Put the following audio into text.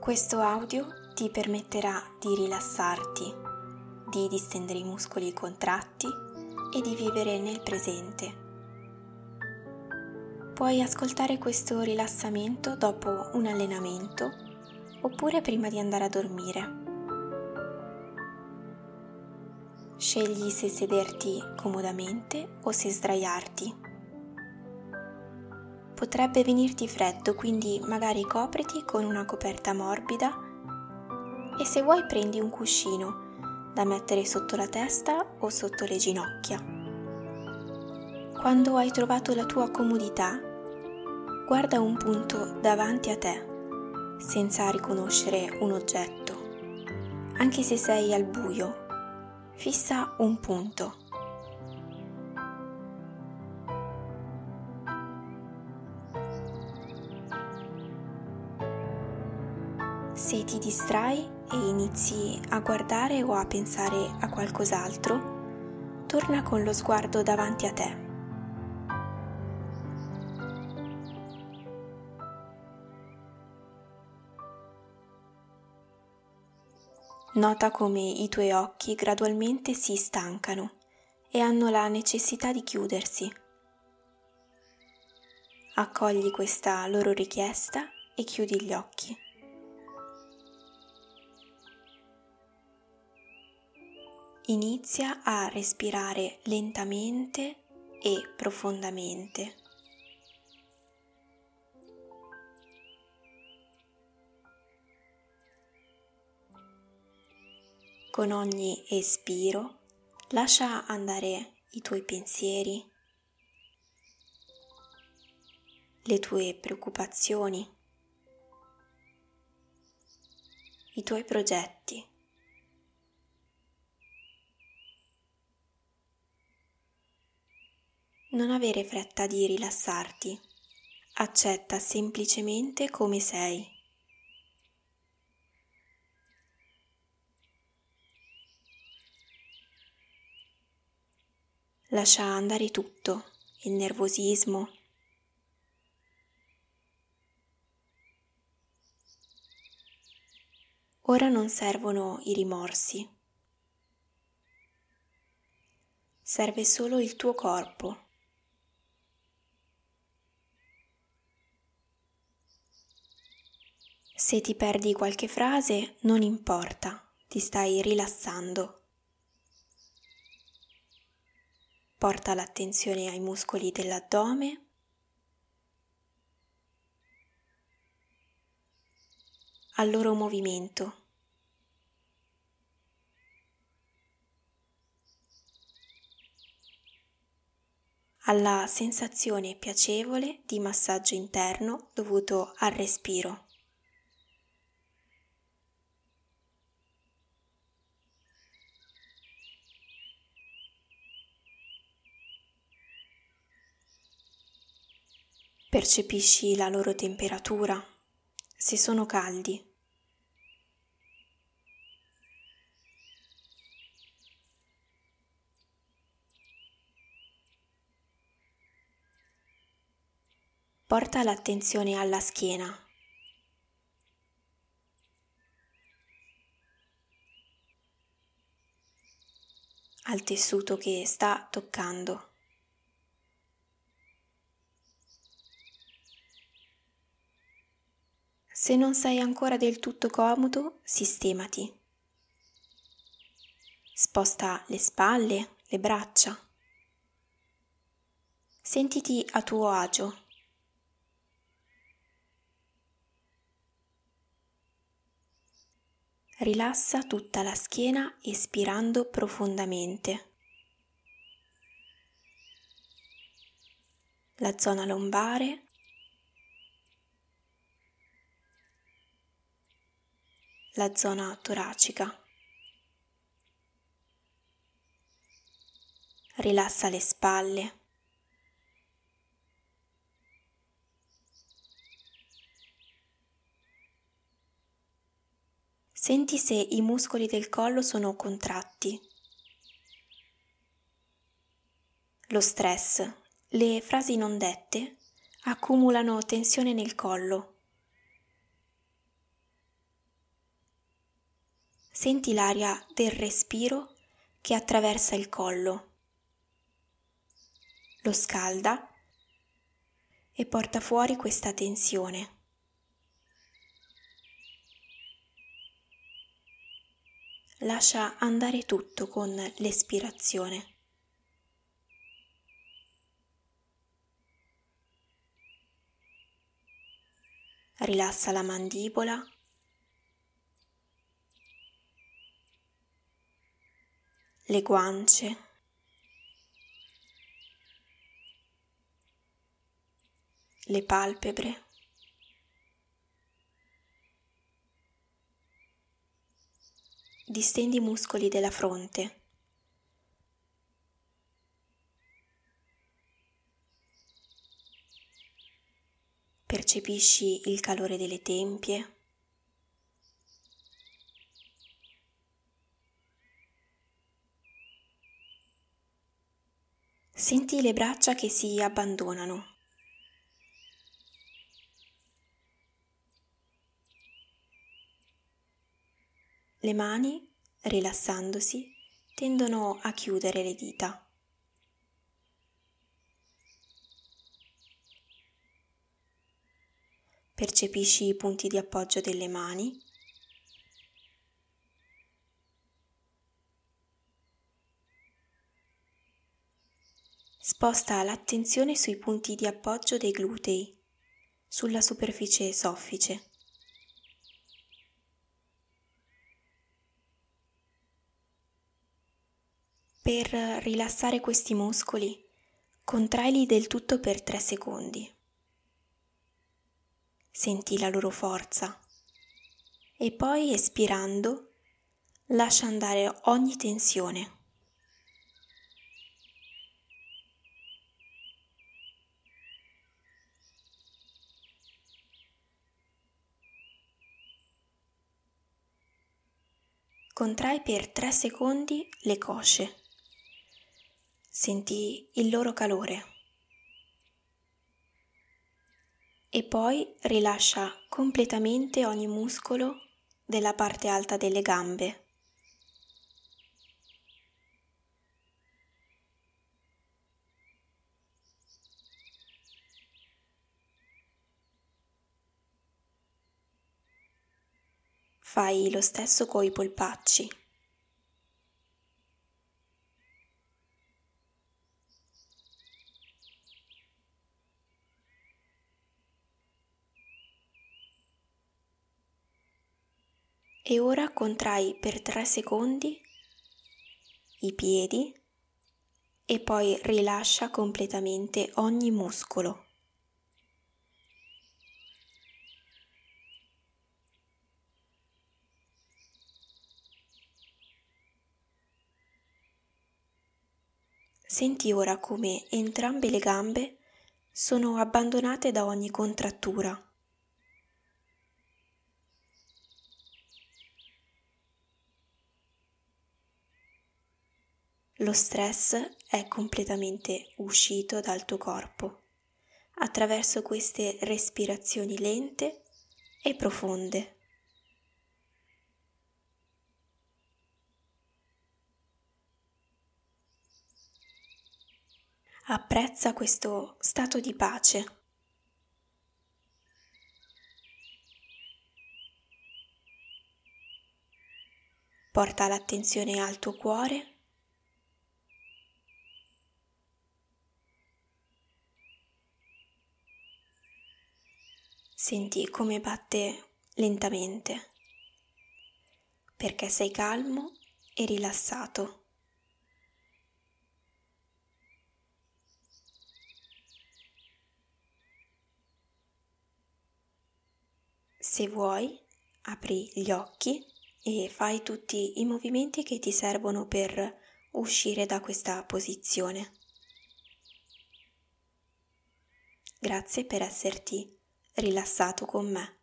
Questo audio ti permetterà di rilassarti, di distendere i muscoli contratti e di vivere nel presente. Puoi ascoltare questo rilassamento dopo un allenamento oppure prima di andare a dormire. Scegli se sederti comodamente o se sdraiarti. Potrebbe venirti freddo, quindi magari copriti con una coperta morbida e se vuoi prendi un cuscino da mettere sotto la testa o sotto le ginocchia. Quando hai trovato la tua comodità, guarda un punto davanti a te, senza riconoscere un oggetto. Anche se sei al buio, fissa un punto. Se ti distrai e inizi a guardare o a pensare a qualcos'altro, torna con lo sguardo davanti a te. Nota come i tuoi occhi gradualmente si stancano e hanno la necessità di chiudersi. Accogli questa loro richiesta e chiudi gli occhi. Inizia a respirare lentamente e profondamente. Con ogni espiro lascia andare i tuoi pensieri, le tue preoccupazioni, i tuoi progetti. Non avere fretta di rilassarti, accetta semplicemente come sei. Lascia andare tutto, il nervosismo, ora non servono i rimorsi, serve solo il tuo corpo. Se ti perdi qualche frase, non importa, ti stai rilassando. Porta l'attenzione ai muscoli dell'addome, al loro movimento. Alla sensazione piacevole di massaggio interno dovuto al respiro. Percepisci la loro temperatura, se sono caldi. Porta l'attenzione alla schiena. Al tessuto che sta toccando. Se non sei ancora del tutto comodo, sistemati. Sposta le spalle, le braccia. Sentiti a tuo agio. Rilassa tutta la schiena espirando profondamente. La zona lombare, la zona toracica. Rilassa le spalle. Senti se i muscoli del collo sono contratti. Lo stress, le frasi non dette accumulano tensione nel collo. Senti l'aria del respiro che attraversa il collo, lo scalda e porta fuori questa tensione. Lascia andare tutto con l'espirazione. Rilassa la mandibola, le guance, le palpebre, distendi i muscoli della fronte, percepisci il calore delle tempie, senti le braccia che si abbandonano. Le mani, rilassandosi, tendono a chiudere le dita. Percepisci i punti di appoggio delle mani. Sposta l'attenzione sui punti di appoggio dei glutei, sulla superficie soffice. Per rilassare questi muscoli, contraili del tutto per 3 secondi. Senti la loro forza e poi, espirando, lascia andare ogni tensione. Contrai per 3 secondi le cosce. Senti il loro calore. E poi rilascia completamente ogni muscolo della parte alta delle gambe. Fai lo stesso coi polpacci. E ora contrai per 3 secondi i piedi e poi rilascia completamente ogni muscolo. Senti ora come entrambe le gambe sono abbandonate da ogni contrattura. Lo stress è completamente uscito dal tuo corpo attraverso queste respirazioni lente e profonde. Apprezza questo stato di pace. Porta l'attenzione al tuo cuore. Senti come batte lentamente, perché sei calmo e rilassato. Se vuoi, apri gli occhi e fai tutti i movimenti che ti servono per uscire da questa posizione. Grazie per esserti rilassato con me.